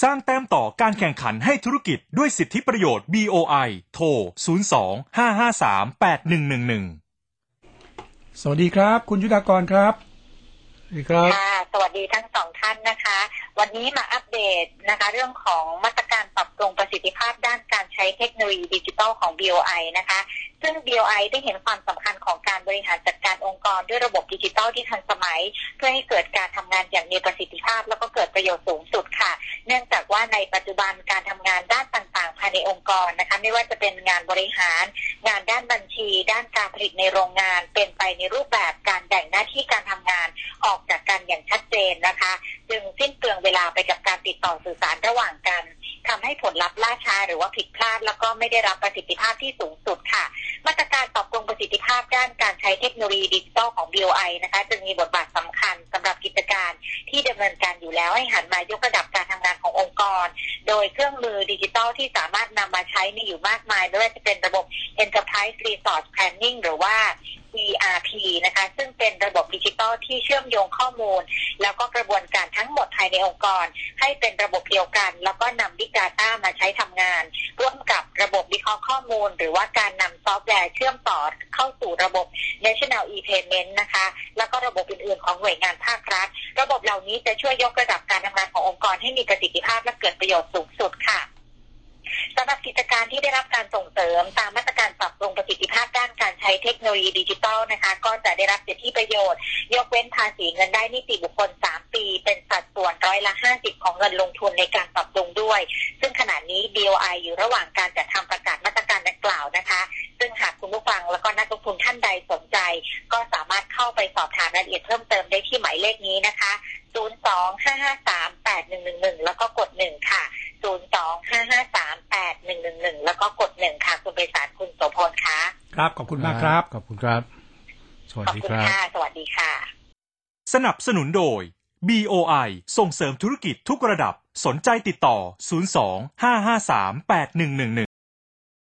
สร้างแต้มต่อการแข่งขันให้ธุรกิจด้วยสิทธิประโยชน์ BOI โทร 02-553-8111 สวัสดีครับคุณยุทธากรครับสวัสดีครับสวัสดีทั้งสองท่านนะคะวันนี้มาอัปเดตนะคะเรื่องของมาตรการปรับปรุงประสิทธิภาพด้านการใช้เทคโนโลยีดิจิทัลของ BOI นะคะซึ่ง BOI ได้เห็นความสำคัญของการบริหารจัดการองค์กรด้วยระบบดิจิทัลที่ทันสมัยเพื่อให้เกิดการทำงานอย่างมีประสิทธิภาพแล้วก็เกิดประโยชน์สูงสุดค่ะเนื่องจากว่าในปัจจุบันการทำงานด้านต่างๆภายในองค์กรนะคะไม่ว่าจะเป็นงานบริหารงานด้านบัญชีด้านการผลิตในโรงงานเป็นไปในรูปแบบการแบ่งหน้าที่การทำงานออกจากกันอย่างชัดเจนนะคะจึงสิ้นเปลืองเวลาไปกับการติดต่อสื่อสารระหว่างกันทำให้ผลลัพธ์ล่าช้าหรือว่าผิดพลาดแล้วก็ไม่ได้รับประสิทธิภาพที่สูงสุดค่ะมาตรการปรับปรุงประสิทธิภาพด้านการใช้เทคโนโลยีดิจิทัลของ BOI นะคะจึงมีบทบาทสำคัญสำหรับกิจการที่ดำเนินการอยู่แล้วให้หันมายกระดับการทำงานขององค์กรโดยเครื่องมือดิจิทัลที่สามารถนำมาใช้มีอยู่มากมายไม่ว่าจะเป็นระบบ Enterprise Resource Planning หรือว่า ERP นะคะซึ่งเป็นระบบดิจิทัลที่เชื่อมโยงข้อมูลแล้วก็กระบวนการทั้งหมดภายในองค์กรให้เป็นระบบเดียวกันแล้วก็นำ Big Data มาใช้ทำงานร่วมกับระบบวิเคราะห์ข้อมูลหรือว่าการนำซอฟต์แวร์เชื่อมต่อเข้าสู่ระบบ National E-Payment นะคะแล้วก็ระบบอื่นๆของหน่วยงานภาครัฐระบบเหล่านี้จะช่วยยกระดับการทำงานขององค์กรให้มีประสิทธิภาพและเกิดประโยชน์สูงสุดค่ะสำหรับกิจการที่ได้รับการส่งเสริมตามมาตรการปรับปรุงประสิทธิภาพด้านการใช้เทคโนโลยีดิจิทัลนะคะก็จะได้รับสิทธิประโยชน์ยกเว้นภาษีเงินได้นิติบุคคล3ปีเป็นสัดส่วน50%ของเงินลงทุนในการปรับปรุงด้วยซึ่งขณะนี้ BOI อยู่ระหว่างการจัดทำประกาศมาตรการดังกล่าวนะคะซึ่งหากคุณผู้ฟังแล้วก็นักลงทุนท่านใดสนใจก็สามารถเข้าไปสอบถามรายละเอียดเพิ่มเติมได้ที่หมายเลขนี้นะคะ02-553-8111แล้วก็กด1ค่ะ02-553-8111แล้วก็กด1ค่ะคุณไพศาลคุณโสพลค่ะครับขอบคุณมากครับขอบคุณครับสวัสดีครับขอบคุณค่ะสวัสดีค่ะสนับสนุนโดย BOI ส่งเสริมธุรกิจทุกระดับสนใจติดต่อ02-553-8111